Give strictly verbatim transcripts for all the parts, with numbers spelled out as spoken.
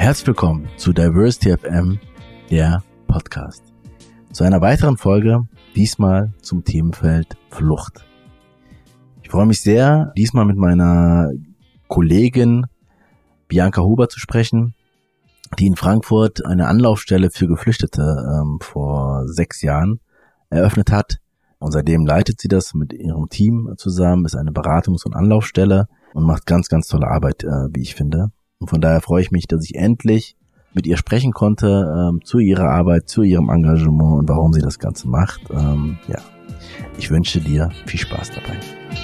Herzlich willkommen zu Diversity F M, der Podcast. Zu einer weiteren Folge, diesmal zum Themenfeld Flucht. Ich freue mich sehr, diesmal mit meiner Kollegin Bianca Huber zu sprechen, die in Frankfurt eine Anlaufstelle für Geflüchtete ähm, vor sechs Jahren eröffnet hat. Und seitdem leitet sie das mit ihrem Team zusammen, ist eine Beratungs- und Anlaufstelle und macht ganz, ganz tolle Arbeit, äh, wie ich finde. Und von daher freue ich mich, dass ich endlich mit ihr sprechen konnte, ähm, zu ihrer Arbeit, zu ihrem Engagement und warum sie das Ganze macht. Ähm, ja, ich wünsche dir viel Spaß dabei.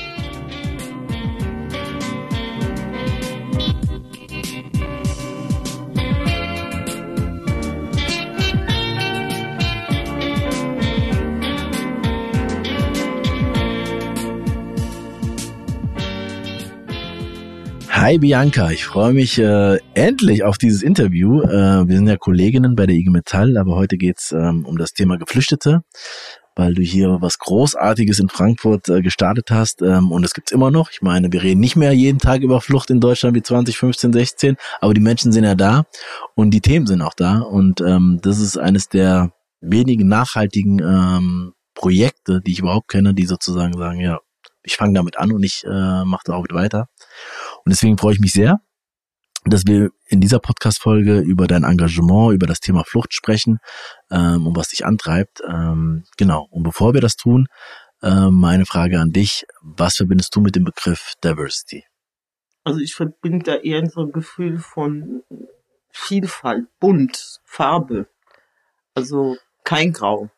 Hi Bianca, ich freue mich äh, endlich auf dieses Interview. Äh, wir sind ja Kolleginnen bei der I G Metall, aber heute geht's ähm, um das Thema Geflüchtete, weil du hier was Großartiges in Frankfurt äh, gestartet hast ähm, und es gibt's immer noch. Ich meine, wir reden nicht mehr jeden Tag über Flucht in Deutschland wie zwanzig fünfzehn, sechzehn, aber die Menschen sind ja da und die Themen sind auch da und ähm, das ist eines der wenigen nachhaltigen ähm, Projekte, die ich überhaupt kenne, die sozusagen sagen, ja, ich fange damit an und ich äh, mache da auch weiter. Und deswegen freue ich mich sehr, dass wir in dieser Podcast-Folge über dein Engagement, über das Thema Flucht sprechen ähm, und was dich antreibt. Ähm, genau. Und bevor wir das tun, äh, meine Frage an dich: Was verbindest du mit dem Begriff Diversity? Also ich verbinde da eher so ein Gefühl von Vielfalt, bunt, Farbe. Also kein Grau.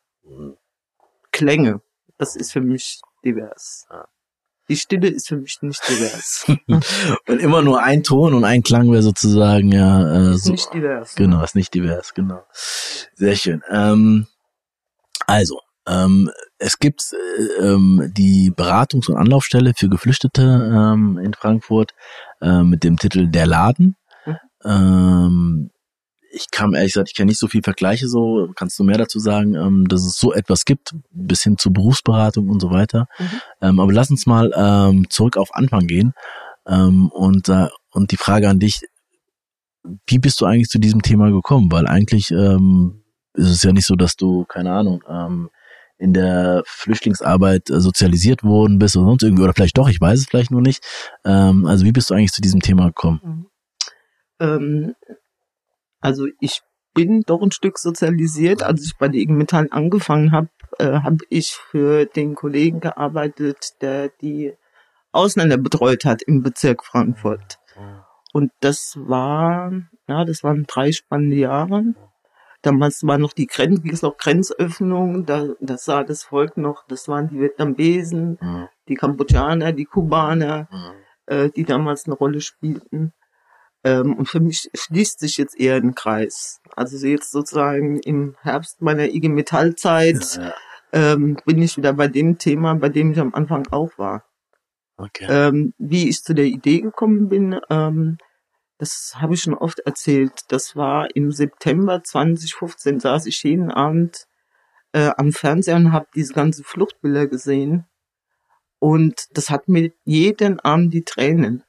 Klänge. Das ist für mich divers. Die Stille ist für mich nicht divers. Und immer nur ein Ton und ein Klang wäre sozusagen ja äh, ist so, nicht divers. Genau, ist nicht divers, genau. Sehr schön. Ähm, also, ähm, es gibt äh, ähm, die Beratungs- und Anlaufstelle für Geflüchtete ähm, in Frankfurt äh, mit dem Titel Der Laden. Hm. Ähm, ich kann ehrlich gesagt, ich kenne nicht so viel Vergleiche, so kannst du mehr dazu sagen, ähm, dass es so etwas gibt, bis hin zur Berufsberatung und so weiter. Mhm. Ähm, aber lass uns mal ähm, zurück auf Anfang gehen ähm, und äh, und die Frage an dich: Wie bist du eigentlich zu diesem Thema gekommen? Weil eigentlich ähm, ist es ja nicht so, dass du, keine Ahnung, ähm, in der Flüchtlingsarbeit äh, sozialisiert worden bist oder sonst irgendwie, oder vielleicht doch, ich weiß es vielleicht nur nicht. Ähm, also wie bist du eigentlich zu diesem Thema gekommen? Mhm. Ähm, also ich bin doch ein Stück sozialisiert. Als ich bei der I G Metall angefangen habe, äh, habe ich für den Kollegen gearbeitet, der die Ausländer betreut hat im Bezirk Frankfurt. Und das war, ja, das waren drei spannende Jahre. Damals war noch die Grenz, ging es noch Grenzöffnung, da, das sah das Volk noch, das waren die Vietnamesen, Mhm. die Kambodschaner, die Kubaner, Mhm. äh, die damals eine Rolle spielten. Ähm, und für mich schließt sich jetzt eher ein Kreis. Also jetzt sozusagen im Herbst meiner I G Metall-Zeit Ja, ja. ähm, bin ich wieder bei dem Thema, bei dem ich am Anfang auch war. Okay. Ähm, wie ich zu der Idee gekommen bin, ähm, das habe ich schon oft erzählt. Das war im September zwanzig fünfzehn, saß ich jeden Abend äh, am Fernseher und habe diese ganzen Fluchtbilder gesehen. Und das hat mir jeden Abend die Tränen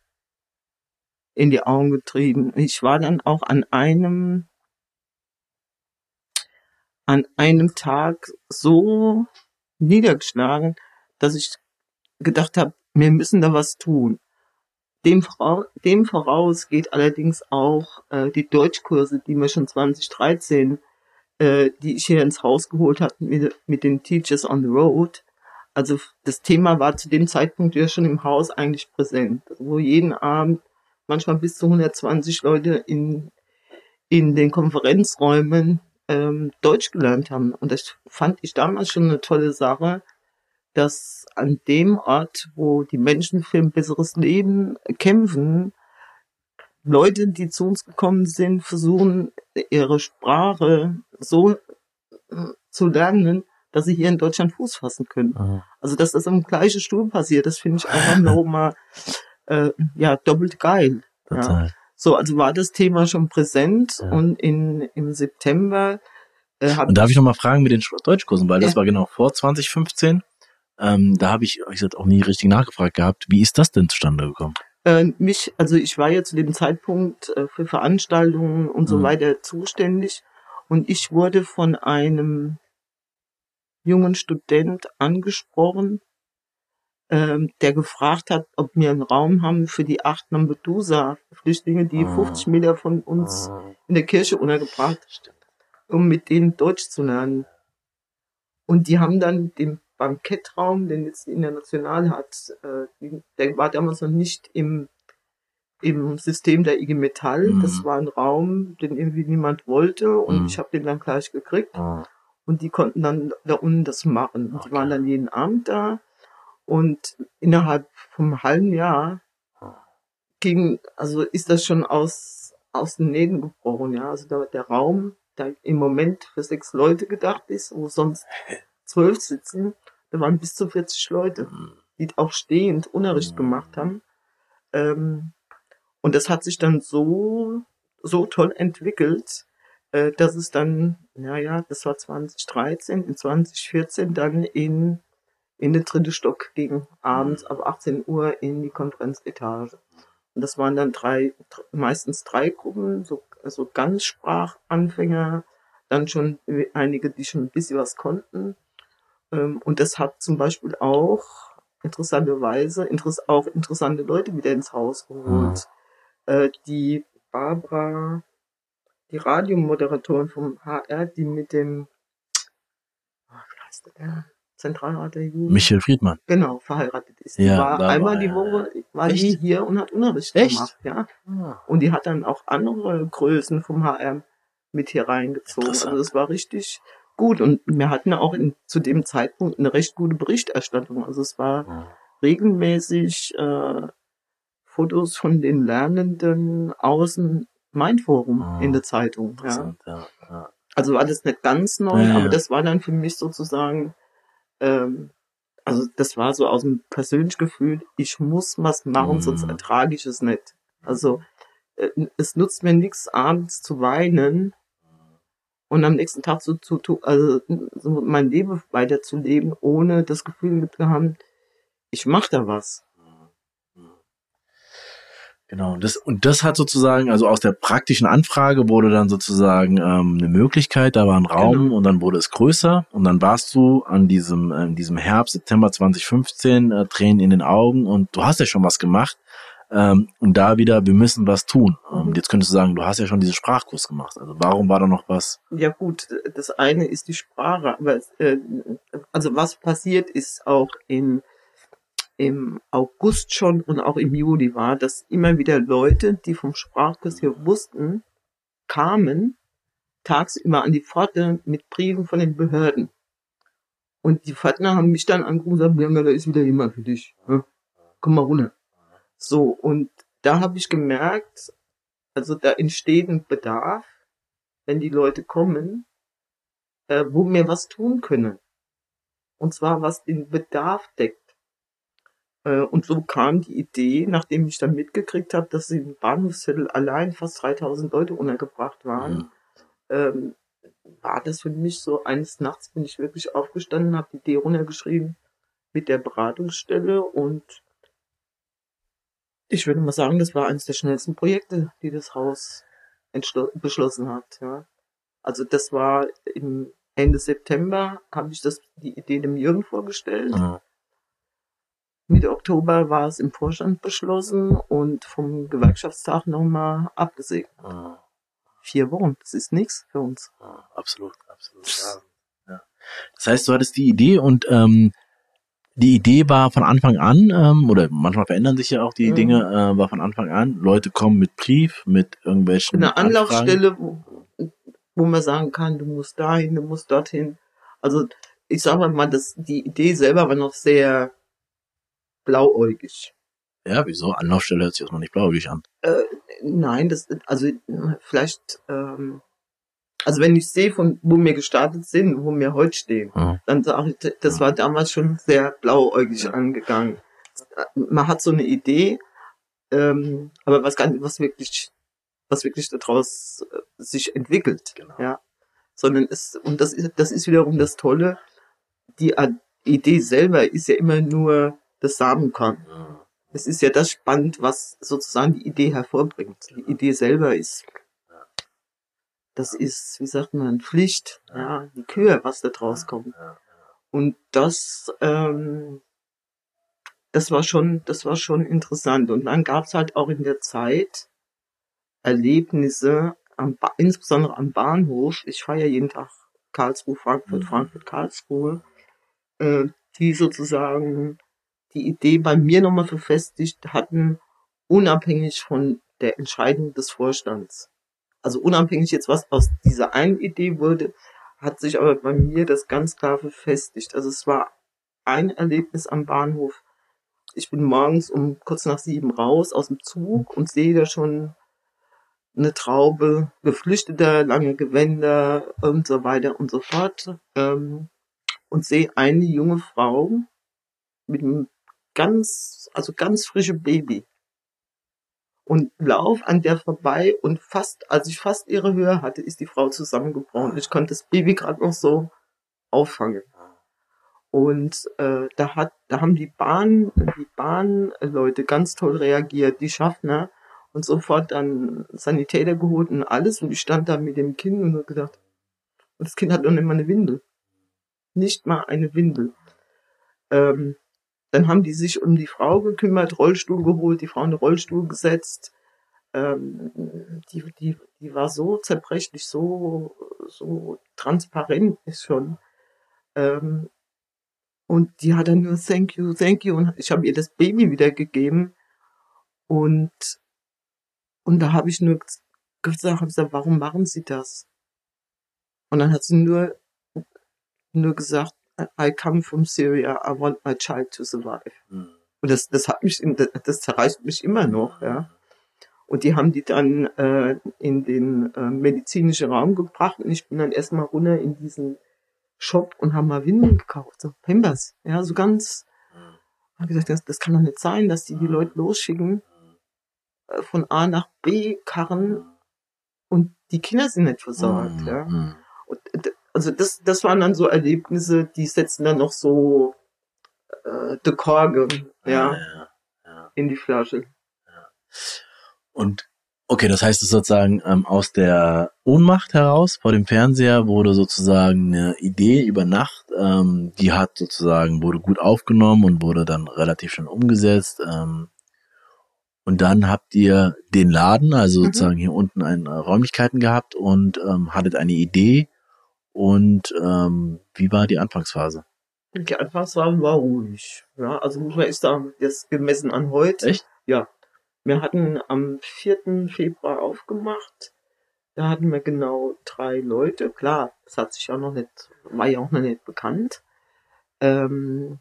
in die Augen getrieben. Ich war dann auch an einem an einem Tag so niedergeschlagen, dass ich gedacht habe, wir müssen da was tun. Dem, vora- dem voraus geht allerdings auch äh, die Deutschkurse, die mir schon zwanzig dreizehn, äh, die ich hier ins Haus geholt habe mit, mit den Teachers on the Road. Also das Thema war zu dem Zeitpunkt ja schon im Haus eigentlich präsent, wo jeden Abend manchmal bis zu hundertzwanzig Leute in in den Konferenzräumen ähm, Deutsch gelernt haben. Und das fand ich damals schon eine tolle Sache, dass an dem Ort, wo die Menschen für ein besseres Leben kämpfen, Leute, die zu uns gekommen sind, versuchen, ihre Sprache so äh, zu lernen, dass sie hier in Deutschland Fuß fassen können. Mhm. Also, dass das am gleichen Stuhl passiert, das finde ich einfach nochmal äh, ja, doppelt geil. Total. Ja. So, also war das Thema schon präsent Ja. und in im September äh, hab Und darf ich noch mal fragen mit den Sch- Deutschkursen, weil das Ja. war genau vor zwanzig fünfzehn. Ähm, da habe ich, ich gesagt, auch nie richtig nachgefragt gehabt, wie ist das denn zustande gekommen? Äh, mich, also ich war ja zu dem Zeitpunkt äh, für Veranstaltungen und so Mhm. weiter zuständig und ich wurde von einem jungen Student angesprochen, ähm, der gefragt hat, ob wir einen Raum haben für die acht Lampedusa-Flüchtlinge, die Mhm. fünfzig Meter von uns Mhm. in der Kirche untergebracht, Stimmt. um mit denen Deutsch zu lernen. Und die haben dann den Bankettraum, den jetzt die Internationale hat, äh, die- der war damals noch nicht im, im System der I G Metall. Das Mhm. war ein Raum, den irgendwie niemand wollte und Mhm. ich habe den dann gleich gekriegt. Mhm. Und die konnten dann da unten das machen. Und die Okay. waren dann jeden Abend da. Und innerhalb vom halben Jahr ging, also ist das schon aus, aus den Nähten gebrochen, ja. Also der, der Raum, der im Moment für sechs Leute gedacht ist, wo sonst zwölf sitzen, da waren bis zu vierzig Leute, Mhm. die auch stehend Unterricht gemacht haben. Ähm, und das hat sich dann so, so toll entwickelt, äh, dass es dann, naja, das war zwanzig dreizehn, in zwanzig vierzehn dann in, in den dritten Stock ging, abends ab achtzehn Uhr in die Konferenzetage. Und das waren dann drei, dr- meistens drei Gruppen, so, so Ganzsprachanfänger, dann schon einige, die schon ein bisschen was konnten. Ähm, und das hat zum Beispiel auch interessanterweise interess auch interessante Leute wieder ins Haus geholt. Äh, die Barbara, die Radiomoderatorin vom H R, die mit dem, ah, wie heißt der, der Zentralrat der Jugend, Michael Friedmann. genau, verheiratet ist. Die Ja, war da einmal war die er. Woche, war Echt? die hier und hat Unterricht Echt? gemacht, ja. Ah, Und die hat dann auch andere Größen vom H R mit hier reingezogen. Also interessant. das war richtig gut. Und wir hatten auch in, zu dem Zeitpunkt eine recht gute Berichterstattung. Also es war Mhm. regelmäßig äh, Fotos von den Lernenden außen Mindforum in Mhm. der Zeitung. Ja. Interessant, ja. Ja. Also war das nicht ganz neu, Ja, aber ja. das war dann für mich sozusagen, ähm, also das war so aus dem persönlichen Gefühl, ich muss was machen, sonst Mhm. ertrage ich es nicht. Also äh, es nutzt mir nichts, abends zu weinen und am nächsten Tag so zu tun, also so mein Leben weiterzuleben, ohne das Gefühl zu haben, ich mache da was. Genau, das, und das hat sozusagen, also aus der praktischen Anfrage wurde dann sozusagen ähm, eine Möglichkeit, da war ein Raum Genau. und dann wurde es größer und dann warst du an diesem, äh, in diesem Herbst, September zwanzig fünfzehn, äh, Tränen in den Augen und du hast ja schon was gemacht ähm, und da wieder, wir müssen was tun. Ähm, Mhm. jetzt könntest du sagen, du hast ja schon diesen Sprachkurs gemacht, also warum war da noch was? Ja gut, das eine ist die Sprache, aber äh, also was passiert ist auch in im August schon und auch im Juli war, dass immer wieder Leute, die vom Sprachkurs hier wussten, kamen tagsüber an die Pforte mit Briefen von den Behörden. Und die Pförtner haben mich dann angerufen und gesagt, Bianca, da ist wieder jemand für dich. Ja, komm mal runter. So, und da habe ich gemerkt, also da entsteht ein Bedarf, wenn die Leute kommen, äh, wo wir was tun können. Und zwar, was den Bedarf deckt. Äh, und so kam die Idee, nachdem ich dann mitgekriegt habe, dass im Bahnhofsviertel allein fast dreitausend Leute untergebracht waren, Mhm. ähm, war das für mich so, eines Nachts bin ich wirklich aufgestanden, habe die Idee runtergeschrieben mit der Beratungsstelle und ich würde mal sagen, das war eines der schnellsten Projekte, die das Haus entschlo- beschlossen hat. Ja. Also das war im Ende September, habe ich das die Idee dem Jürgen vorgestellt. Mhm. Mitte Oktober war es im Vorstand beschlossen und vom Gewerkschaftstag nochmal abgesegnet. Mhm. Vier Wochen, das ist nichts für uns. Ja, absolut, absolut. Ja. Ja. Das heißt, du hattest die Idee und ähm, die Idee war von Anfang an, ähm, oder manchmal verändern sich ja auch die Mhm. Dinge, äh, war von Anfang an, Leute kommen mit Brief, mit irgendwelchen Eine Anfragen. Anlaufstelle, wo, wo man sagen kann, du musst dahin, du musst dorthin. Also ich sage mal, das, die Idee selber war noch sehr blauäugig. Ja, wieso? Anlaufstelle hört sich erstmal nicht blauäugig an. Äh, nein, das, also vielleicht, ähm, also wenn ich sehe, von wo wir gestartet sind, wo wir heute stehen, Mhm. dann sage ich, das war damals schon sehr blauäugig Ja. angegangen. Man hat so eine Idee, ähm, aber was gar nicht, was wirklich, was wirklich daraus äh, sich entwickelt, Genau. ja. Sondern es, und das ist, das ist wiederum das Tolle, die A- Idee selber ist ja immer nur das Samenkorn. Mhm. es ist ja das spannend, was sozusagen die Idee hervorbringt. Die Idee selber ist, das ist, wie sagt man, Pflicht, ja, die Kür, was da draus kommt. Und das, ähm, das war schon, das war schon interessant. Und dann gab's halt auch in der Zeit Erlebnisse, am ba- insbesondere am Bahnhof. Ich fahre ja jeden Tag Karlsruhe, Frankfurt, Frankfurt, Karlsruhe, äh, die sozusagen die Idee bei mir nochmal verfestigt hatten, unabhängig von der Entscheidung des Vorstands. Also unabhängig jetzt, was aus dieser einen Idee wurde, hat sich aber bei mir das ganz klar verfestigt. Also es war ein Erlebnis am Bahnhof. Ich bin morgens um kurz nach sieben raus aus dem Zug und sehe da schon eine Traube Geflüchteter, lange Gewänder und so weiter und so fort. Ähm, und sehe eine junge Frau mit einem ganz, also ganz frischem Baby. Und lauf an der vorbei und fast, als ich fast ihre Höhe hatte, ist die Frau zusammengebrochen. Ich konnte das Baby gerade noch so auffangen. Und äh, da hat, da haben die Bahn, die Bahnleute ganz toll reagiert, die Schaffner, und sofort dann Sanitäter geholt und alles. Und ich stand da mit dem Kind und hab gedacht, und das Kind hat noch nicht mal eine Windel. Nicht mal eine Windel. Ähm, dann haben die sich um die Frau gekümmert, Rollstuhl geholt, die Frau in den Rollstuhl gesetzt. Ähm, die, die, die war so zerbrechlich, so, so transparent ist schon. Ähm, und die hat dann nur Thank you, thank you. Und ich habe ihr das Baby wiedergegeben. Und, und da habe ich nur gesagt, hab gesagt, warum machen Sie das? Und dann hat sie nur, nur gesagt, I come from Syria, I want my child to survive. Mhm. Und das, das hat mich, das, das zerreißt mich immer noch, ja. Und die haben die dann äh, in den äh, medizinischen Raum gebracht und ich bin dann erstmal runter in diesen Shop und haben mal Windeln gekauft, so Pampers, ja, so ganz, hab gesagt, das, das kann doch nicht sein, dass die die Leute losschicken, äh, von A nach B karren und die Kinder sind nicht versorgt, ja. Und also das, das waren dann so Erlebnisse, die setzen dann noch so äh, de Korge, ja, ja, ja, in die Flasche. Und okay, das heißt es sozusagen ähm, aus der Ohnmacht heraus vor dem Fernseher wurde sozusagen eine Idee über Nacht, ähm, die hat sozusagen wurde gut aufgenommen und wurde dann relativ schnell umgesetzt. Ähm, und dann habt ihr den Laden, also sozusagen mhm. hier unten eine Räumlichkeiten gehabt und ähm, hattet eine Idee. Und ähm, wie war die Anfangsphase? Die Anfangsphase war ruhig. Ja, also muss man ist da jetzt gemessen an heute. Echt? Ja. Wir hatten am vierten Februar aufgemacht. Da hatten wir genau drei Leute. Klar, das hat sich auch noch nicht, war ja auch noch nicht bekannt. Ähm,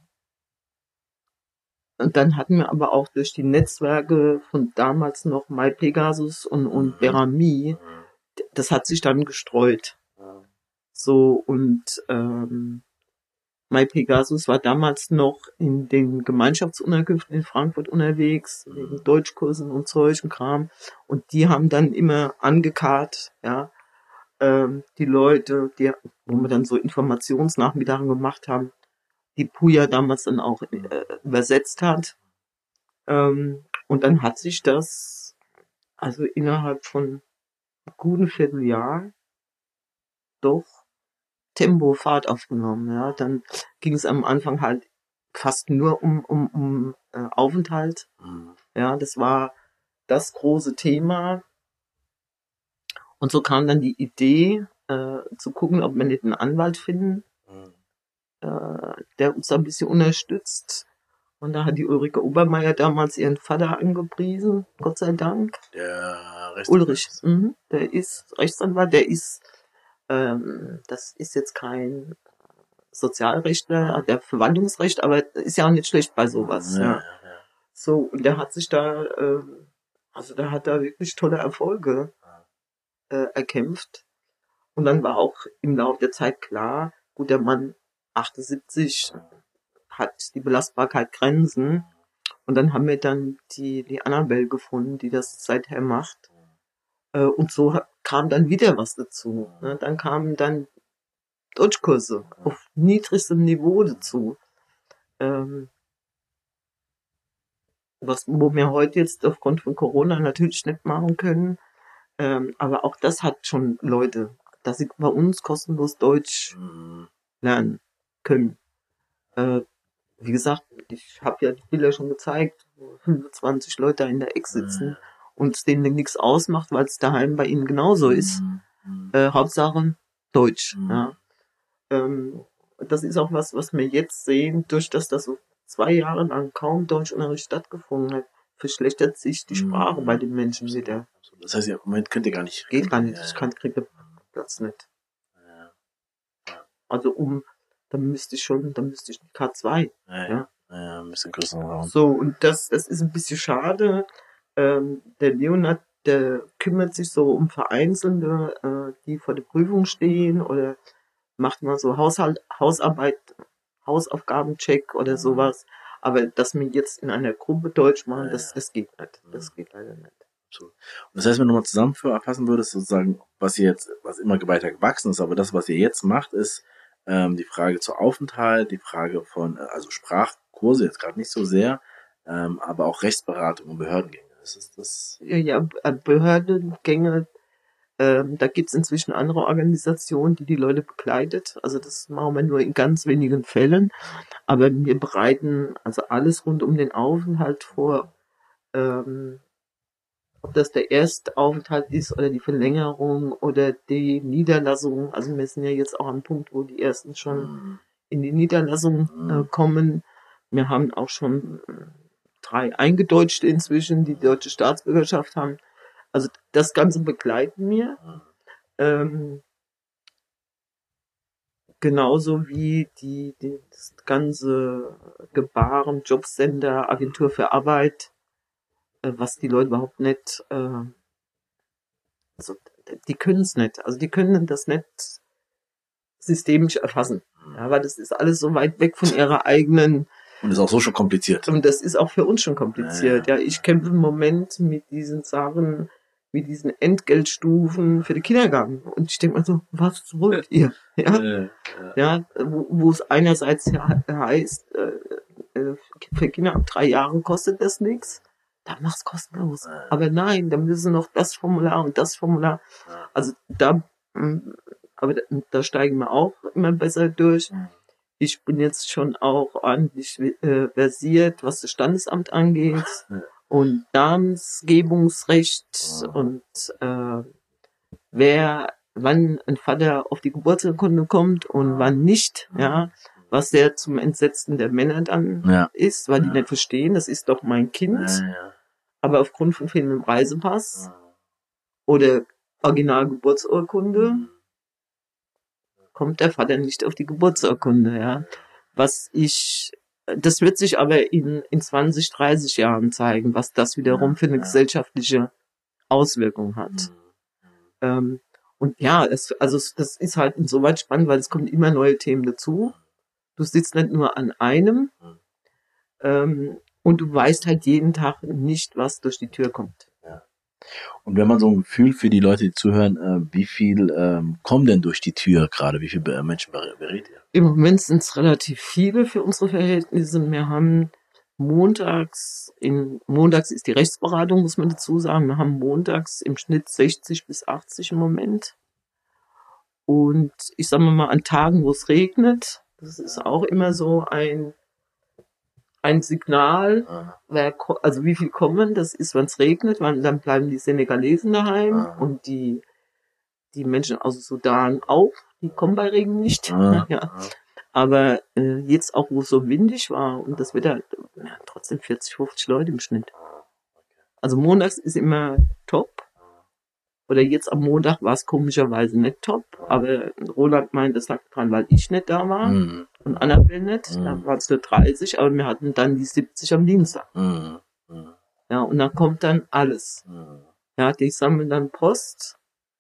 und dann hatten wir aber auch durch die Netzwerke von damals noch MyPegasus und, und Berami, das hat sich dann gestreut. So, und ähm, MyPegasus war damals noch in den Gemeinschaftsunterkünften in Frankfurt unterwegs, wegen Deutschkursen und solchen Kram. Und die haben dann immer angekarrt, ja, ähm, die Leute, die, wo wir dann so Informationsnachmittage gemacht haben, die Puja damals dann auch äh, übersetzt hat. Ähm, und dann hat sich das, also innerhalb von einem guten Vierteljahr, doch Tempo Fahrt aufgenommen, ja. Dann ging es am Anfang halt fast nur um, um, um äh, Aufenthalt. Mhm. Ja, das war das große Thema. Und so kam dann die Idee, äh, zu gucken, ob wir nicht einen Anwalt finden, mhm. äh, der uns da ein bisschen unterstützt. Und da hat die Ulrike Obermeier damals ihren Vater angepriesen, Gott sei Dank. Der Rechtsanwalt. Ulrich, mh, der ist Rechtsanwalt, der ist, ähm, das ist jetzt kein Sozialrechtler, der Verwaltungsrecht, aber ist ja auch nicht schlecht bei sowas. Ja, ja. Ja. So, und der hat sich da, äh, also der hat da wirklich tolle Erfolge äh, erkämpft. Und dann war auch im Laufe der Zeit klar, gut, der Mann achtundsiebzig hat die Belastbarkeit Grenzen. Und dann haben wir dann die, die Annabelle gefunden, die das seither macht. Äh, und so kam dann wieder was dazu. Ne? Dann kamen dann Deutschkurse auf niedrigstem Niveau dazu. Ähm, was, wo wir heute jetzt aufgrund von Corona natürlich nicht machen können. Ähm, aber auch das hat schon Leute, dass sie bei uns kostenlos Deutsch Mhm. lernen können. Äh, wie gesagt, ich habe ja die Bilder schon gezeigt, wo fünfundzwanzig Leute in der Ecke sitzen und es denen nichts ausmacht, weil es daheim bei ihnen genauso ist. Mhm. Äh, Hauptsache Deutsch. Mhm. Ja. Ähm, das ist auch was, was wir jetzt sehen, durch das das so zwei Jahre lang kaum Deutschunterricht stattgefunden hat, verschlechtert sich die Sprache Mhm. bei den Menschen wieder. Das heißt, im Moment könnt ihr gar nicht. Geht gar nicht. Ja, Ich ja. kann, kriege Platz nicht. Ja. Also um, dann müsste ich schon, dann müsste ich K zwei. Ja, ja. Ja. Ja, ein bisschen größeren Raum. So, und das, das ist ein bisschen schade. Ähm, der Leonard, der kümmert sich so um Vereinzelte, äh, die vor der Prüfung stehen oder macht mal so Haushalt, Hausarbeit, Hausaufgabencheck oder sowas. Aber dass wir jetzt in einer Gruppe Deutsch machen, Ja, das, ja. das geht nicht. Das geht leider nicht. Absolut. Und das heißt, wenn du mal zusammenfassen würdest, sozusagen, was ihr jetzt, was immer weiter gewachsen ist, aber das, was ihr jetzt macht, ist ähm, die Frage zu Aufenthalt, die Frage von, äh, also Sprachkurse jetzt gerade nicht so sehr, ähm, aber auch Rechtsberatung und Behördengänge. Das ist das. Ja, ja, äh, Behördengänge, ähm, da gibt's inzwischen andere Organisationen, die die Leute begleitet. Also das machen wir nur in ganz wenigen Fällen. Aber wir bereiten also alles rund um den Aufenthalt vor. Ähm, ob das der Erstaufenthalt ist oder die Verlängerung oder die Niederlassung. Also wir sind ja jetzt auch am Punkt, wo die ersten schon in die Niederlassung äh, kommen. Wir haben auch schon äh, drei Eingedeutschte inzwischen, die deutsche Staatsbürgerschaft haben. Also das Ganze begleiten wir. Ähm, genauso wie die, die das ganze Gebaren, Jobcenter, Agentur für Arbeit, äh, was die Leute überhaupt nicht, äh, also die können es nicht. Also die können das nicht systemisch erfassen. Ja, weil das ist alles so weit weg von ihrer eigenen. Und ist auch so schon kompliziert. Und das ist auch für uns schon kompliziert. Ja, Ja, ich kämpfe im Moment mit diesen Sachen, mit diesen Entgeltstufen für den Kindergarten. Und ich denke mal so, was wollt ihr? Ja, Äh, ja, wo, wo es einerseits ja heißt, äh, äh, für Kinder ab drei Jahren kostet das nichts. Dann mach's kostenlos. Aber nein, dann müssen noch das Formular und das Formular. Also da, mh, aber da, da steigen wir auch immer besser durch. Ich bin jetzt schon auch ordentlich äh, versiert, was das Standesamt angeht und Namensgebungsrecht und äh, wer, wann ein Vater auf die Geburtsurkunde kommt und wann nicht, ja, was sehr zum Entsetzen der Männer dann Ja. ist, weil die nicht verstehen, das ist doch mein Kind, ja, ja. aber aufgrund von fehlendem Reisepass oder Originalgeburtsurkunde kommt der Vater nicht auf die Geburtsurkunde, ja. Was ich, das wird sich aber in, in zwanzig, dreißig Jahren zeigen, was das wiederum für eine gesellschaftliche Auswirkung hat. Ähm, und ja, es, also es, das ist halt insoweit spannend, weil es kommen immer neue Themen dazu. Du sitzt nicht nur an einem, ähm, und du weißt halt jeden Tag nicht, was durch die Tür kommt. Und wenn man so ein Gefühl für die Leute, die zuhören, äh, wie viel ähm, kommen denn durch die Tür gerade? Wie viele äh, Menschen ber- berät ihr? Im Moment sind es relativ viele für unsere Verhältnisse. Wir haben montags, in, montags ist die Rechtsberatung, muss man dazu sagen. Wir haben montags im Schnitt sechzig bis achtzig im Moment. Und ich sag mal an Tagen, wo es regnet, das ist auch immer so ein, ein Signal, wer, ko- also wie viel kommen, das ist, wenn es regnet, weil dann bleiben die Senegalesen daheim und die, die Menschen aus Sudan auch, die kommen bei Regen nicht. Ah, Ja. Aber äh, jetzt auch, wo es so windig war und das Wetter, ja, trotzdem vierzig, fünfzig Leute im Schnitt. Also montags ist immer top. Oder jetzt am Montag war es komischerweise nicht top. Aber Roland meint, das lag dran, weil ich nicht da war Mhm. und Annabelle nicht. Da waren es nur dreißig, aber wir hatten dann die siebzig am Dienstag. Mhm. Mhm. Ja, und dann kommt dann alles. Mhm. Ja, die sammeln dann Post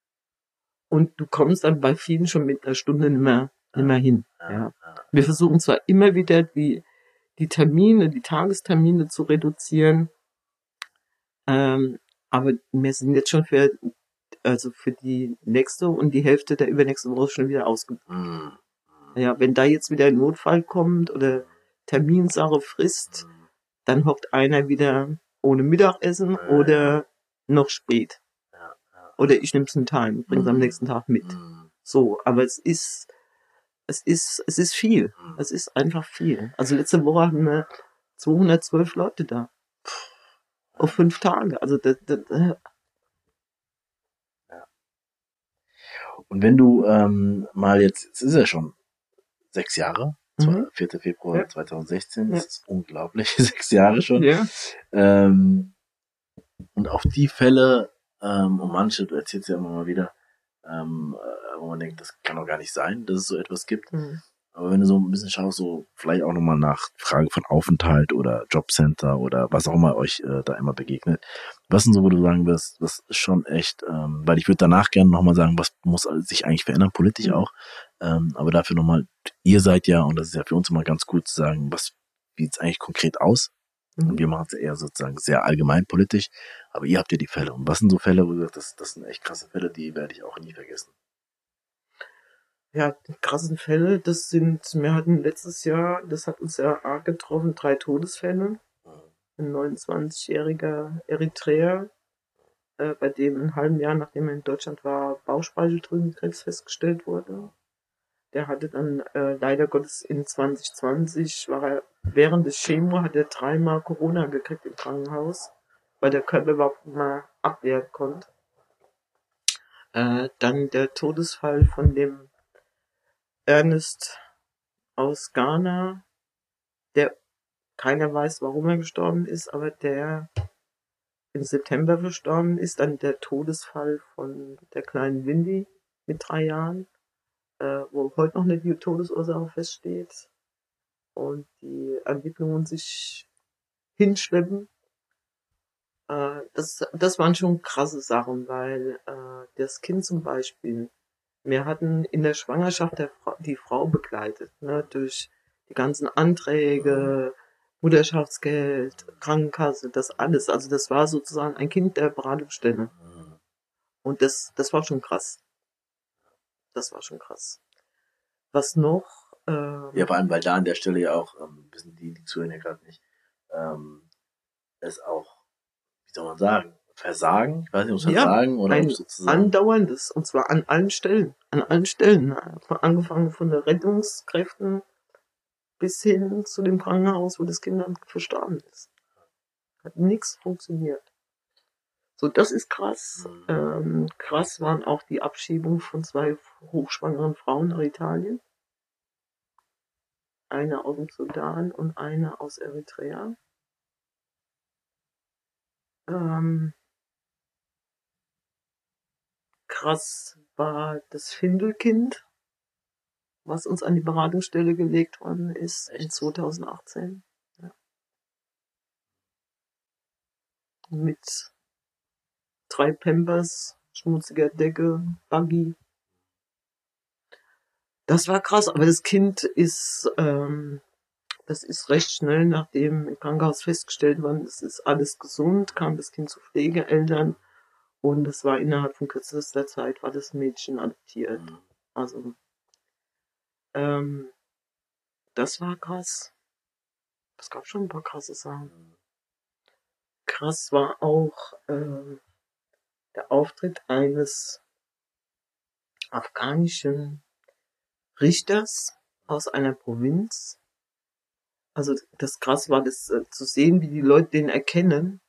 und du kommst dann bei vielen schon mit einer Stunde nicht mehr, nicht mehr hin. Ja. Wir versuchen zwar immer wieder die, die Termine, die Tagestermine zu reduzieren, ähm, aber wir sind jetzt schon für, also für die nächste und die Hälfte der übernächsten Woche schon wieder ausgebucht. Mhm. Ja, wenn da jetzt wieder ein Notfall kommt oder Terminsache frisst, dann hockt einer wieder ohne Mittagessen Ja, oder noch spät. ja, ja. Oder ich nehme es in Time, bringe es am Mhm. nächsten Tag mit. Mhm. So, aber es ist, es ist, es ist viel. Mhm. Es ist einfach viel. Also letzte Woche hatten wir zweihundertzwölf Leute da. Auf fünf Tage. Also das, das, das, Und wenn du ähm, mal jetzt, es ist ja schon sechs Jahre, Mhm. vierter Februar Ja. zweitausendsechzehn, Ja. das ist unglaublich, sechs Jahre schon. ja. Ähm, und auf die Fälle, ähm, und manche, du erzählst ja immer mal wieder, ähm, äh, wo man denkt, das kann doch gar nicht sein, dass es so etwas gibt. Mhm. Aber wenn du so ein bisschen schaust, so vielleicht auch nochmal nach Frage von Aufenthalt oder Jobcenter oder was auch immer euch äh, da immer begegnet, was sind so, wo du sagen wirst, das ist schon echt, ähm, weil ich würde danach gerne nochmal sagen, was muss sich eigentlich verändern, politisch Mhm. auch, ähm, aber dafür nochmal, ihr seid ja, und das ist ja für uns immer ganz gut zu sagen, was sieht es eigentlich konkret aus? Und Mhm. wir machen es eher sozusagen sehr allgemein politisch, aber ihr habt ja die Fälle. Und was sind so Fälle, wo du sagst, das, das sind echt krasse Fälle, die werde ich auch nie vergessen? Ja, die krassen Fälle, das sind, wir hatten letztes Jahr, das hat uns ja arg getroffen, drei Todesfälle. Ein neunundzwanzigjähriger Eritreer, äh, bei dem ein halben Jahr, nachdem er in Deutschland war, Bauchspeicheldrüsenkrebs festgestellt wurde. Der hatte dann äh, leider Gottes in zwanzig zwanzig, war er während des Chemo, hat er dreimal Corona gekriegt im Krankenhaus, weil der Körper überhaupt nicht mal abwehren konnte. Äh, dann der Todesfall von dem Ernest aus Ghana, der keiner weiß, warum er gestorben ist, aber der im September verstorben ist. Dann der Todesfall von der kleinen Windy mit drei Jahren, äh, wo heute noch nicht die Todesursache feststeht und die Ermittlungen sich hinschleppen. Äh, das, das waren schon krasse Sachen, weil äh, das Kind zum Beispiel, wir hatten in der Schwangerschaft der Fra die Frau begleitet, ne, durch die ganzen Anträge, Mutterschaftsgeld, Krankenkasse, das alles. Also das war sozusagen ein Kind der Beratungsstelle. Und das, das war schon krass. Das war schon krass. Was noch? Ähm, Ja, vor allem, weil da an der Stelle ja auch, ähm, wissen die, die zuhören ja gerade nicht, ähm, es auch, wie soll man sagen, Versagen, ich weiß nicht, ob es ja, Versagen oder ob ein es sozusagen, andauerndes, und zwar an allen Stellen. An allen Stellen. Von, angefangen von den Rettungskräften bis hin zu dem Krankenhaus, wo das Kind dann verstorben ist. Hat nichts funktioniert. So, das ist krass. Mhm. Ähm, krass waren auch die Abschiebungen von zwei hochschwangeren Frauen nach Italien. Eine aus dem Sudan und eine aus Eritrea. Ähm, krass war das Findelkind, was uns an die Beratungsstelle gelegt worden ist in Echt? zweitausendachtzehn. Ja. Mit drei Pampers, schmutziger Decke, Buggy. Das war krass, aber das Kind ist, ähm, das ist recht schnell, nachdem im Krankenhaus festgestellt worden ist, ist alles gesund, kam das Kind zu Pflegeeltern und es war innerhalb von kürzester Zeit, war das Mädchen adoptiert. Mhm. Also, ähm, das war krass. Es gab schon ein paar krasse Sachen. Krass war auch ähm, der Auftritt eines afghanischen Richters aus einer Provinz. Also das krass war, das äh, zu sehen, wie die Leute den erkennen,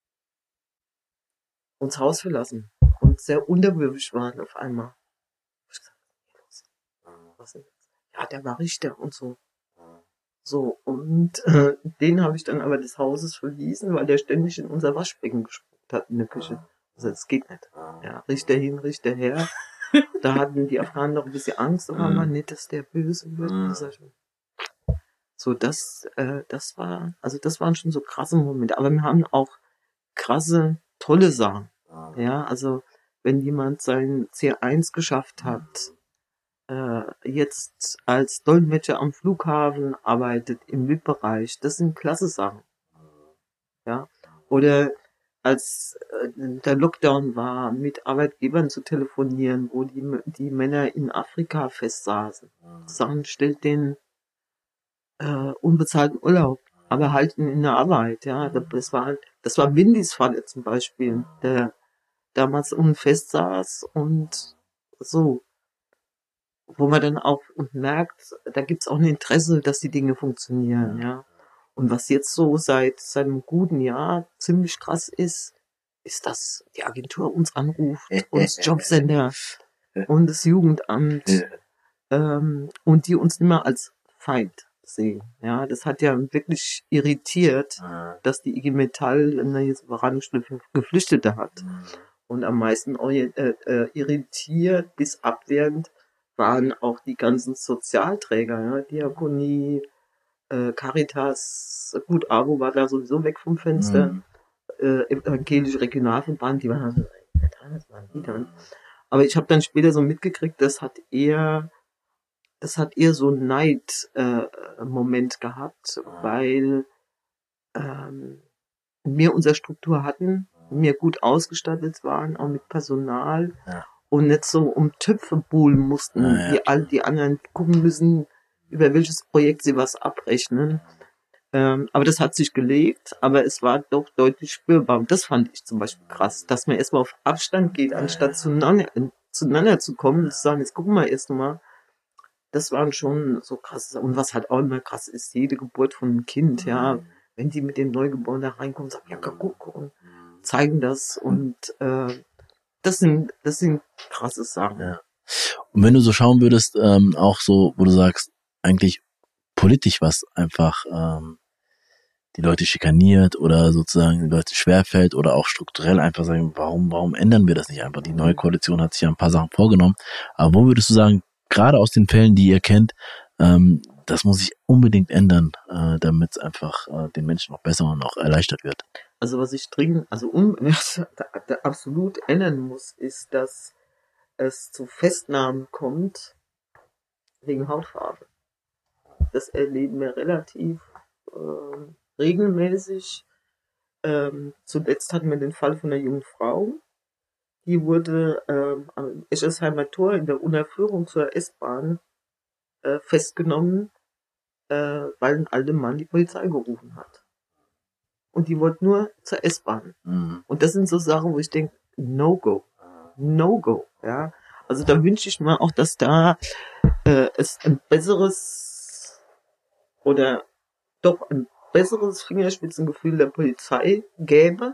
uns Haus verlassen und sehr unterwürfig waren auf einmal. Ich gesagt, was denn? Ja, der war Richter und so. So, und äh, den habe ich dann aber des Hauses verwiesen, weil der ständig in unser Waschbecken gespuckt hat in der Küche. Also das geht nicht. Ja, Richter hin, Richter her. Da hatten die Afghanen noch ein bisschen Angst, aber man nicht, dass der böse wird. So, das, äh, das war, also das waren schon so krasse Momente. Aber wir haben auch krasse, tolle Sachen. Ja, also wenn jemand sein C eins geschafft hat, äh, jetzt als Dolmetscher am Flughafen arbeitet im V I P-Bereich, das sind klasse Sachen. Ja, oder als äh, der Lockdown war, mit Arbeitgebern zu telefonieren, wo die, die Männer in Afrika festsaßen. Sagen, stellt den äh, unbezahlten Urlaub. aber halt in, in der Arbeit, ja. Das war halt, das war Windys Vater zum Beispiel, der damals um ein Fest saß und so. Wo man dann auch und merkt, da gibt's auch ein Interesse, dass die Dinge funktionieren, ja. Und was jetzt so seit seit einem guten Jahr ziemlich krass ist, ist, dass die Agentur uns anruft, uns Jobcenter und das Jugendamt ähm, und die uns nicht mehr als Feind sehen. Ja, das hat ja wirklich irritiert, dass die I G Metall eine Beratungsstelle für Geflüchtete hat. Und am meisten äh, äh, irritiert bis abwehrend waren auch die ganzen Sozialträger, ja, Diakonie, äh, Caritas, gut, Abo war da sowieso weg vom Fenster, mhm. äh, evangelische Regionalverband, die waren also, was waren die dann? Aber ich habe dann später so mitgekriegt, das hat eher, das hat eher so einen Neid-Moment äh, gehabt, weil ähm, wir unsere Struktur hatten, wir gut ausgestattet waren, auch mit Personal, ja. Und nicht so um Töpfe buhlen mussten, ja, ja. wie all die anderen gucken müssen, über welches Projekt sie was abrechnen. Ähm, aber das hat sich gelegt, aber es war doch deutlich spürbar. Und das fand ich zum Beispiel krass, dass man erstmal auf Abstand geht, anstatt zueinander, zueinander zu kommen und zu sagen, jetzt gucken wir erst mal. Das waren schon so krass. Und was halt auch immer krass ist, jede Geburt von einem Kind, ja, wenn die mit dem Neugeborenen da reinkommen, sagen, ja, guck, guck, zeigen das und äh, das sind, das sind krasse Sachen. Ja. Und wenn du so schauen würdest, ähm, auch so, wo du sagst, eigentlich politisch was einfach ähm, die Leute schikaniert oder sozusagen die Leute schwerfällt oder auch strukturell einfach sagen, warum, warum ändern wir das nicht einfach? Die neue Koalition hat sich ja ein paar Sachen vorgenommen. Aber wo würdest du sagen, gerade aus den Fällen, die ihr kennt, ähm, das muss sich unbedingt ändern, äh, damit es einfach äh, den Menschen noch besser und auch erleichtert wird? Also was ich dringend, also um, da, da absolut ändern muss, ist, dass es zu Festnahmen kommt wegen Hautfarbe. Das erleben wir relativ äh, regelmäßig. Ähm, zuletzt hatten wir den Fall von einer jungen Frau, die wurde ähm, am Eschersheimer Tor in der Unerführung zur S-Bahn äh, festgenommen, äh, weil ein alter Mann die Polizei gerufen hat. Und die wollte nur zur S-Bahn. Mhm. Und das sind so Sachen, wo ich denke, No-Go. No-Go. Ja. Also da wünsche ich mir auch, dass da äh, es ein besseres oder doch ein besseres Fingerspitzengefühl der Polizei gäbe.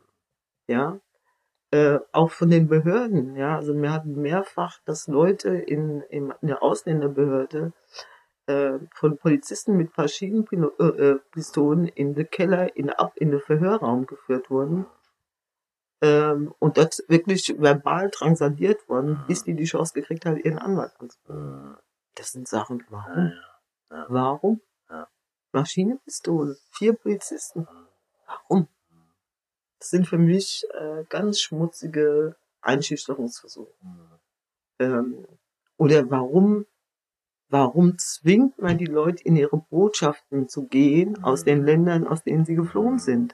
Ja. Äh, auch von den Behörden. Ja. Also wir hatten mehrfach, dass Leute in, in, in der Ausländerbehörde von Polizisten mit Maschinenpistolen in den Keller, in, ab in den Verhörraum geführt wurden ähm, und dort wirklich verbal drangsaliert wurden, bis die die Chance gekriegt haben, ihren Anwalt anzurufen. Das sind Sachen, warum? Warum? Maschinenpistole, vier Polizisten. Warum? Das sind für mich äh, ganz schmutzige Einschüchterungsversuche. Ähm, oder warum Warum zwingt man die Leute in ihre Botschaften zu gehen aus den Ländern, aus denen sie geflohen sind?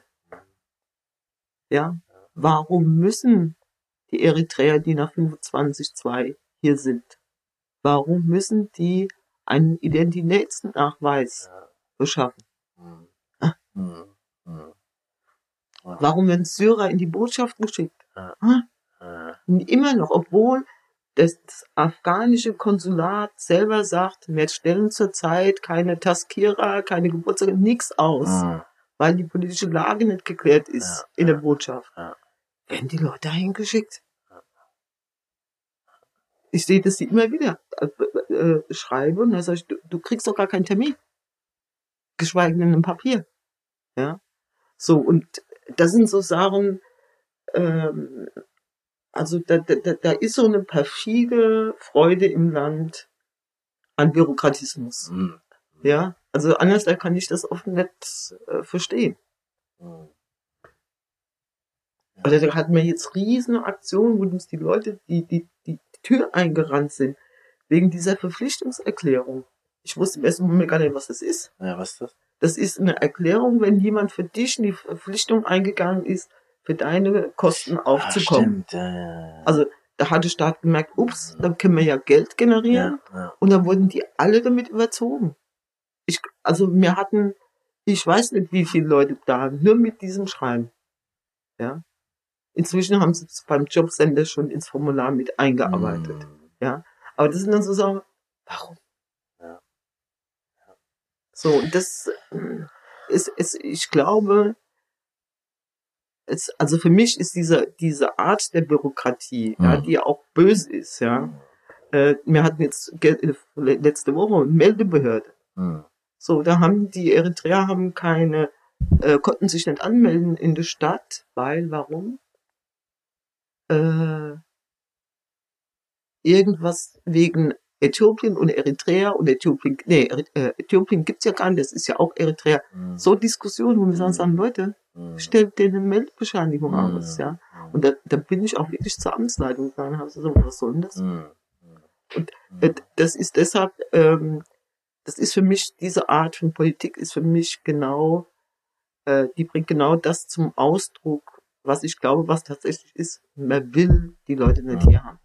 Ja, warum müssen die Eritreer, die nach fünfundzwanzig zwei hier sind, warum müssen die einen Identitätsnachweis beschaffen? Ah. Warum werden Syrer in die Botschaften geschickt? Ah. Immer noch, obwohl das afghanische Konsulat selber sagt, wir stellen zurzeit keine Taskira, keine Geburtstage, nichts aus, mhm. weil die politische Lage nicht geklärt ist ja, in der Botschaft. Ja. Werden die Leute dahin geschickt? Ich sehe das immer wieder äh, äh, schreibe und dann sage ich, du, du kriegst doch gar keinen Termin. Geschweige denn ein Papier. Ja. So, und das sind so Sachen, ähm, Also da, da, da ist so eine perfide Freude im Land an Bürokratismus. Mhm. Ja, also anders kann ich das oft nicht äh, verstehen. Mhm. Also da hatten wir jetzt riesige Aktionen, wo uns die Leute die, die, die Tür eingerannt sind, wegen dieser Verpflichtungserklärung. Ich wusste im ersten Moment gar nicht, was das ist. Ja, was ist das? Das ist eine Erklärung, wenn jemand für dich in die Verpflichtung eingegangen ist, für deine Kosten aufzukommen. Ah, stimmt, ja, ja, ja. Also da hat der Staat gemerkt, ups, dann können wir ja Geld generieren. Ja, ja. Und dann wurden die alle damit überzogen. Ich, also wir hatten ich weiß nicht, wie viele Leute da nur mit diesem Schreiben. Ja. Inzwischen haben sie es beim Jobcenter schon ins Formular mit eingearbeitet. Mm. Ja. Aber das sind dann so Sachen, warum? Ja. Ja. So, und das ist, ist, ich glaube, es, also für mich ist diese, diese Art der Bürokratie, mm. ja, die auch böse ist, ja. Äh, wir hatten jetzt letzte Woche eine Meldebehörde. Mm. So, da haben die Eritreer haben keine, äh, konnten sich nicht anmelden in der Stadt, weil, warum? Äh, irgendwas wegen Äthiopien und Eritrea und Äthiopien, nee, äh, Äthiopien gibt's ja gar nicht, das ist ja auch Eritrea. Mm. So Diskussionen, wo wir sagen, sagen Leute, mm. stellt denen eine Meldbescheinigung mm. aus, ja. Und da, da bin ich auch wirklich zur Amtsleitung gegangen, habe so, was soll denn das? Mm. Und äh, das ist deshalb, ähm, das ist für mich, diese Art von Politik ist für mich genau, äh, die bringt genau das zum Ausdruck, was ich glaube, was tatsächlich ist. Man will die Leute nicht hier haben.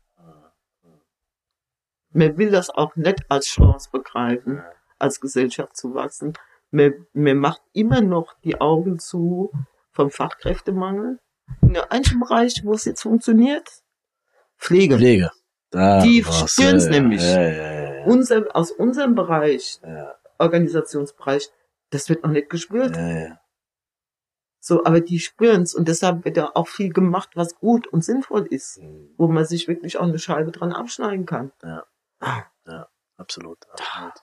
Man will das auch nicht als Chance begreifen, als Gesellschaft zu wachsen. Man, man macht immer noch die Augen zu vom Fachkräftemangel. In einem einzigen Bereich, wo es jetzt funktioniert, Pflege. Pflege. Da die spüren es ja, nämlich. Ja, ja, ja. Unser, aus unserem Bereich, ja. Organisationsbereich, das wird noch nicht gespürt. Ja, ja. So, aber die spüren's und deshalb wird da auch viel gemacht, was gut und sinnvoll ist, mhm. wo man sich wirklich auch eine Scheibe dran abschneiden kann. Ja, ja, absolut. absolut.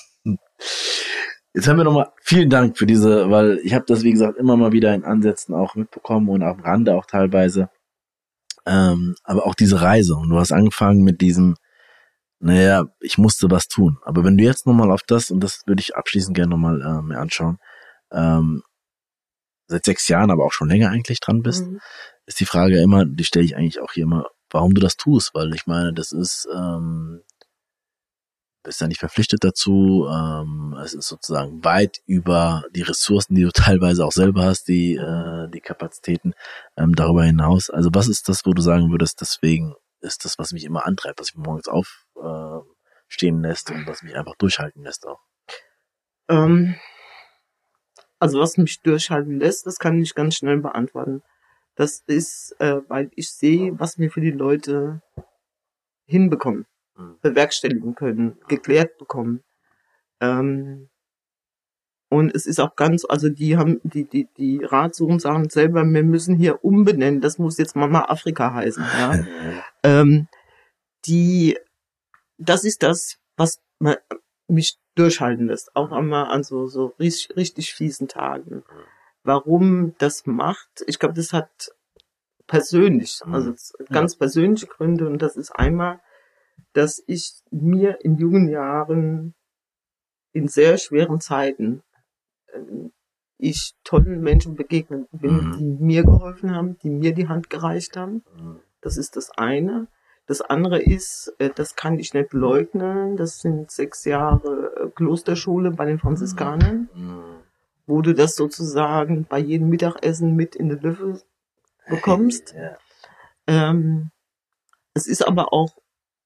Jetzt haben wir nochmal vielen Dank für diese, weil ich habe das, wie gesagt, immer mal wieder in Ansätzen auch mitbekommen und am Rande auch teilweise. Ähm, aber auch diese Reise. Und du hast angefangen mit diesem, naja, ich musste was tun. Aber wenn du jetzt nochmal auf das, und das würde ich abschließend gerne nochmal äh, mir anschauen, ähm, seit sechs Jahren, aber auch schon länger eigentlich dran bist, mhm. ist die Frage immer, die stelle ich eigentlich auch hier immer, warum du das tust, weil ich meine, das ist, ähm, bist ja nicht verpflichtet dazu, ähm, es ist sozusagen weit über die Ressourcen, die du teilweise auch selber hast, die, äh, die Kapazitäten, ähm, darüber hinaus. Also was ist das, wo du sagen würdest, deswegen ist das, was mich immer antreibt, was mich morgens aufstehen äh, lässt und was mich einfach durchhalten lässt auch? Ähm. Also was mich durchhalten lässt, das kann ich ganz schnell beantworten. Das ist, äh, weil ich sehe, was wir für die Leute hinbekommen, mhm. bewerkstelligen können, geklärt bekommen. Ähm, und es ist auch ganz, also die haben, die, die, die Ratsuchen sagen selber, wir müssen hier umbenennen, das muss jetzt Mama Afrika heißen, ja. ähm, die, das ist das, was man, mich durchhalten lässt, auch einmal an so, so richtig, richtig fiesen Tagen. Warum das macht, ich glaube, das hat persönlich, also ganz ja. persönliche Gründe, und das ist einmal, dass ich mir in jungen Jahren in sehr schweren Zeiten äh, ich tollen Menschen begegnet bin, mhm. die mir geholfen haben, die mir die Hand gereicht haben. Das ist das eine. Das andere ist, das kann ich nicht leugnen, das sind sechs Jahre Klosterschule bei den Franziskanern, mhm. wo du das sozusagen bei jedem Mittagessen mit in den Löffel bekommst. Ja. Ähm, es ist aber auch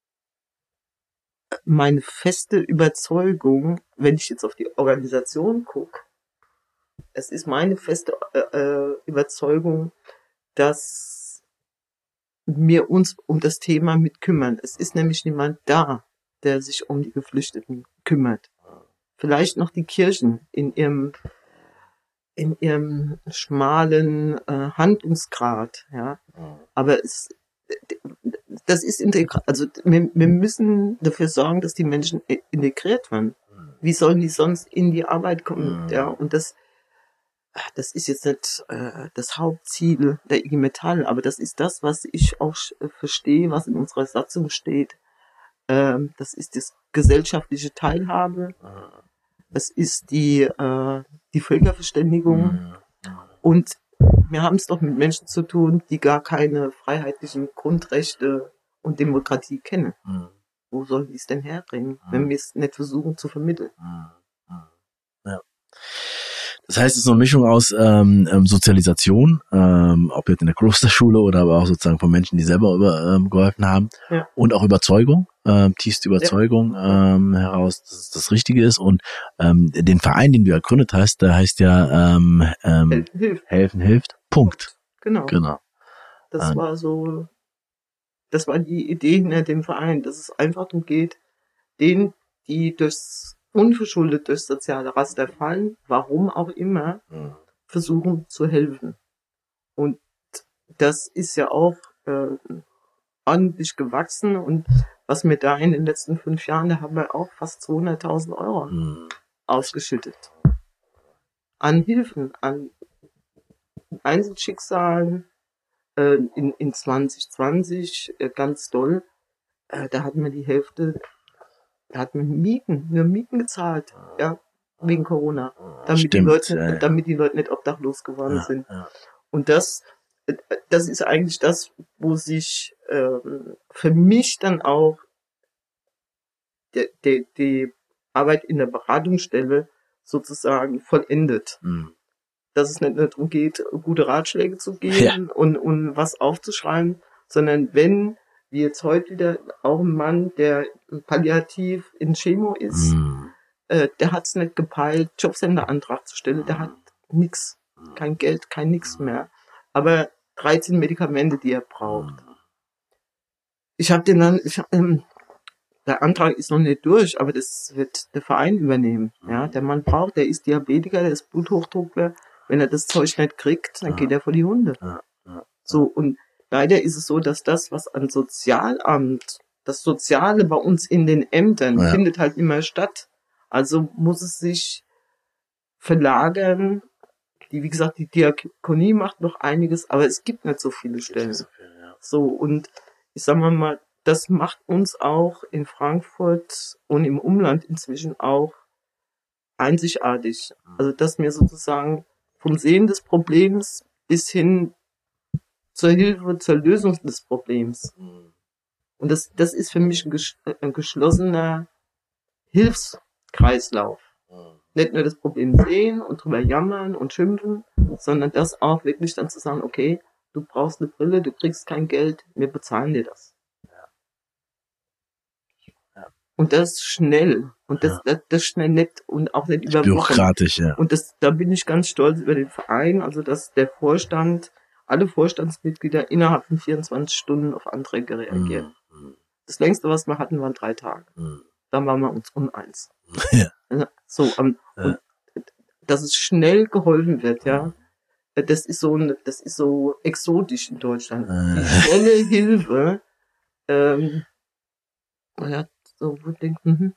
meine feste Überzeugung, wenn ich jetzt auf die Organisation gucke, es ist meine feste äh, Überzeugung, dass wir uns um das Thema mit kümmern. Es ist nämlich niemand da, der sich um die Geflüchteten kümmert. Vielleicht noch die Kirchen in ihrem in ihrem schmalen äh, Handlungsgrad, ja. Aber es das ist integral. Also wir, wir müssen dafür sorgen, dass die Menschen integriert werden. Wie sollen die sonst in die Arbeit kommen? Ja, und das Das ist jetzt nicht äh, das Hauptziel der I G Metall, aber das ist das, was ich auch äh, verstehe, was in unserer Satzung steht. Ähm, das ist das gesellschaftliche Teilhabe, es ist die äh, die Völkerverständigung, und wir haben es doch mit Menschen zu tun, die gar keine freiheitlichen Grundrechte und Demokratie kennen. Wo sollen die es denn herbringen, wenn wir es nicht versuchen zu vermitteln? Ja. Das heißt, es ist so eine Mischung aus ähm, ähm, Sozialisation, ähm, ob jetzt in der Klosterschule oder aber auch sozusagen von Menschen, die selber über, ähm, geholfen haben, Ja. und auch Überzeugung, ähm, tiefste Überzeugung Ja. ähm, heraus, dass es das Richtige ist. Und ähm, den Verein, den du gegründet hast, der heißt ja ähm, ähm, Helfen hilft. Helfen hilft. Punkt. Genau. Genau. Das Ähm, war so, das war die Idee hinter dem Verein, dass es einfach darum geht, denen, die durchs unverschuldet durchs soziale Raster fallen, warum auch immer, mhm. versuchen zu helfen. Und das ist ja auch äh, ordentlich gewachsen, und was wir da in den letzten fünf Jahren, da haben wir auch fast zweihunderttausend Euro Mhm. ausgeschüttet. An Hilfen, an Einzelschicksalen, äh, in, in zwanzig zwanzig, äh, ganz doll, äh, da hatten wir die Hälfte, da hatten wir Mieten, nur Mieten gezahlt, ja, wegen Corona, damit Stimmt, die Leute, ja, ja. damit die Leute nicht obdachlos geworden Ja, sind. ja. Und das, äh, das ist eigentlich das, wo sich ähm, für mich dann auch die, die, die Arbeit in der Beratungsstelle sozusagen vollendet. Mhm. Dass es nicht nur darum geht, gute Ratschläge zu geben Ja. und, und was aufzuschreiben, sondern wenn, wie jetzt heute wieder, auch ein Mann, der palliativ in Chemo ist, Mhm. äh, der hat es nicht gepeilt, Jobcenter-Antrag zu stellen, der hat nix, kein Geld, kein nix mehr, aber dreizehn Medikamente, die er braucht. Ich habe den dann, ich hab, ähm, der Antrag ist noch nicht durch, aber das wird der Verein übernehmen. Ja, der Mann braucht, der ist Diabetiker, der ist Bluthochdruckler. Wenn er das Zeug nicht kriegt, dann geht er vor die Hunde. Ja, ja. So, und leider ist es so, dass das, was an Sozialamt, das Soziale bei uns in den Ämtern, Ja. findet halt immer statt. Also muss es sich verlagern. Die, wie gesagt, die Diakonie macht noch einiges, aber es gibt nicht so viele Stellen. So, und ich sag mal mal, das macht uns auch in Frankfurt und im Umland inzwischen auch einzigartig. Also, dass wir sozusagen vom Sehen des Problems bis hin zur Hilfe, zur Lösung des Problems. Und das, das ist für mich ein, ges ein geschlossener Hilfskreislauf. Nicht nur das Problem sehen und drüber jammern und schimpfen, sondern das auch wirklich dann zu sagen, okay, du brauchst eine Brille, du kriegst kein Geld, wir bezahlen dir das. Und das schnell. Und das, das, das schnell nicht und auch nicht über Wochen. Bürokratisch, ja. Und das, da bin ich ganz stolz über den Verein, also dass der Vorstand, alle Vorstandsmitglieder innerhalb von vierundzwanzig Stunden auf Anträge reagieren. Mhm. Das längste, was wir hatten, waren drei Tage. Mhm. Dann waren wir uns uneins. Ja. So, um, Ja. und dass es schnell geholfen wird, ja. Das ist so ein, das ist so exotisch in Deutschland. Äh. Die schnelle Hilfe, ähm, ja, so, wo denkt, mhm.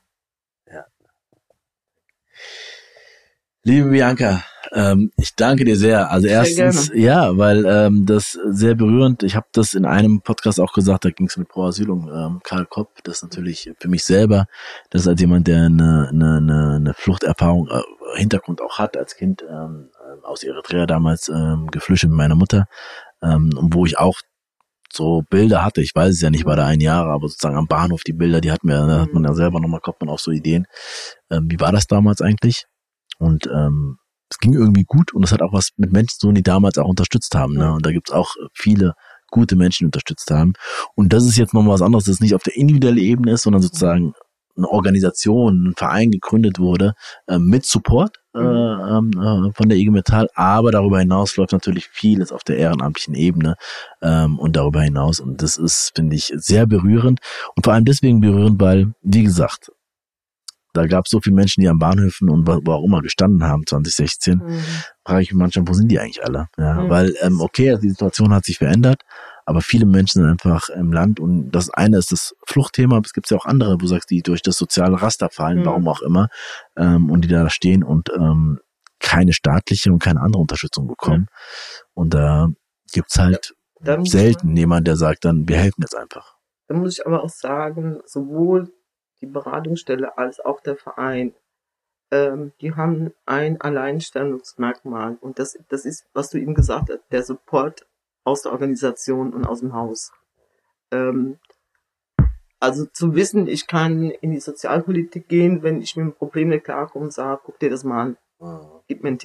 Liebe Bianca, ähm, ich danke dir sehr. Also Sehr erstens, gerne. ja, weil ähm, das sehr berührend. Ich habe das in einem Podcast auch gesagt, da ging es mit Pro Asyl um ähm, Karl Kopp. Das ist natürlich für mich selber, das ist als jemand, der eine, eine, eine, eine Fluchterfahrung, äh, Hintergrund auch hat, als Kind ähm, aus Eritrea damals ähm, geflüchtet mit meiner Mutter, ähm, wo ich auch so Bilder hatte, ich weiß es ja nicht, war da ein Jahr, aber sozusagen am Bahnhof die Bilder, die hat mir, da hat man ja selber nochmal, kommt man auf so Ideen. Ähm, wie war das damals eigentlich? Und ähm, es ging irgendwie gut und es hat auch was mit Menschen zu tun, die damals auch unterstützt haben. Ne? Und da gibt's auch viele gute Menschen, die unterstützt haben. Und das ist jetzt nochmal was anderes, das nicht auf der individuellen Ebene ist, sondern sozusagen eine Organisation, ein Verein gegründet wurde, äh, mit Support äh, äh, von der I G Metall, aber darüber hinaus läuft natürlich vieles auf der ehrenamtlichen Ebene ähm, und darüber hinaus. Und das ist, finde ich, sehr berührend und vor allem deswegen berührend, weil, wie gesagt, da gab es so viele Menschen, die an Bahnhöfen und wo auch immer gestanden haben, zwanzig sechzehn, mhm. frage ich mich manchmal, wo sind die eigentlich alle? Ja, mhm. Weil, ähm, okay, die Situation hat sich verändert, aber viele Menschen sind einfach im Land und das eine ist das Fluchtthema, aber es gibt ja auch andere, wo du sagst, die durch das soziale Raster fallen, mhm. warum auch immer, ähm, und die da stehen und ähm, keine staatliche und keine andere Unterstützung bekommen. Ja. Und da gibt's halt ja, selten man, jemand, der sagt dann, wir helfen jetzt einfach. Da muss ich aber auch sagen, sowohl die Beratungsstelle als auch der Verein, ähm, die haben ein Alleinstellungsmerkmal und das, das ist, was du eben gesagt hast, der Support aus der Organisation und aus dem Haus. Ähm, also zu wissen, ich kann in die Sozialpolitik gehen, wenn ich mit dem Problem nicht klarkomme und sage, guck dir das mal an, gib mir einen Tipp.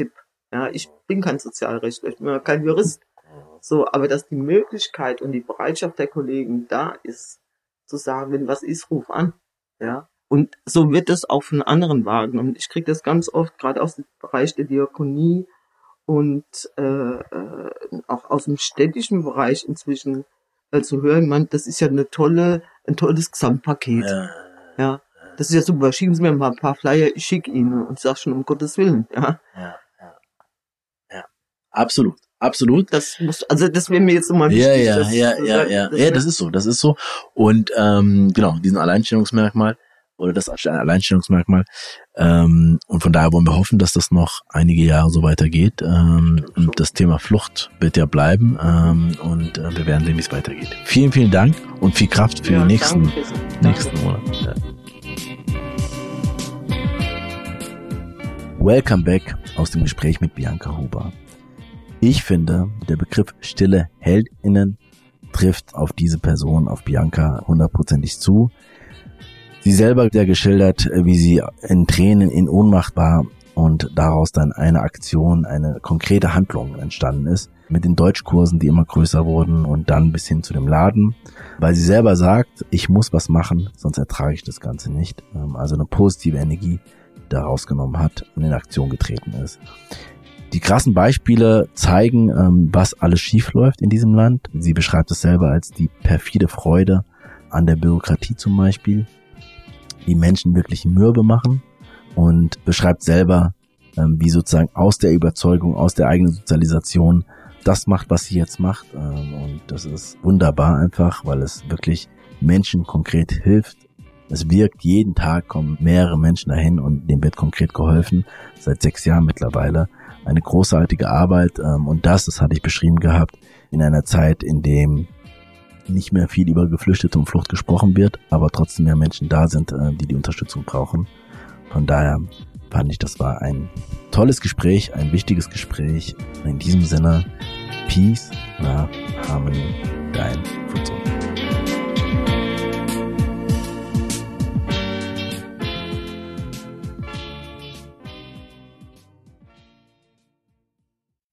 Ja, ich bin kein Sozialrechtler, ich bin kein Jurist. So, aber dass die Möglichkeit und die Bereitschaft der Kollegen da ist, zu sagen, wenn was ist, ruf an. Ja. Und so wird es auch von anderen wahrgenommen. Ich kriege das ganz oft, gerade aus dem Bereich der Diakonie und äh, äh, auch aus dem städtischen Bereich inzwischen äh, zu hören, man, das ist ja eine tolle, ein tolles Gesamtpaket. Ja. ja. Das ist ja super, schicken Sie mir mal ein paar Flyer, ich schicke Ihnen und sag schon, um Gottes Willen. Ja. Ja, ja. Ja. Absolut. Absolut. Das muss, also das wäre mir jetzt nochmal wichtig. Ja, ja, dass, ja, ja, ja. Das, ja, das ist so, das ist so. Und ähm, genau, diesen Alleinstellungsmerkmal oder das Alleinstellungsmerkmal. Ähm, und von daher wollen wir hoffen, dass das noch einige Jahre so weitergeht. Ähm, und das Thema Flucht wird ja bleiben. Ähm, und äh, wir werden sehen, wie es weitergeht. Vielen, vielen Dank und viel Kraft für ja, die nächsten, danke, nächsten Monate. Ja. Welcome back aus dem Gespräch mit Bianca Huber. Ich finde, der Begriff stille HeldInnen trifft auf diese Person, auf Bianca, hundertprozentig zu. Sie selber hat ja geschildert, wie sie in Tränen, in Ohnmacht war und daraus dann eine Aktion, eine konkrete Handlung entstanden ist, mit den Deutschkursen, die immer größer wurden und dann bis hin zu dem Laden, weil sie selber sagt, ich muss was machen, sonst ertrage ich das Ganze nicht. Also eine positive Energie da rausgenommen hat und in Aktion getreten ist. Die krassen Beispiele zeigen, was alles schief läuft in diesem Land. Sie beschreibt es selber als die perfide Freude an der Bürokratie zum Beispiel, die Menschen wirklich mürbe machen, und beschreibt selber, wie sozusagen aus der Überzeugung, aus der eigenen Sozialisation das macht, was sie jetzt macht. Und das ist wunderbar einfach, weil es wirklich Menschen konkret hilft. Es wirkt, jeden Tag kommen mehrere Menschen dahin und dem wird konkret geholfen, seit sechs Jahren mittlerweile. Eine großartige Arbeit, und das, das hatte ich beschrieben gehabt, in einer Zeit, in dem nicht mehr viel über Geflüchtete und Flucht gesprochen wird, aber trotzdem mehr Menschen da sind, die die Unterstützung brauchen. Von daher fand ich, das war ein tolles Gespräch, ein wichtiges Gespräch. In diesem Sinne, Peace nach Hamburg.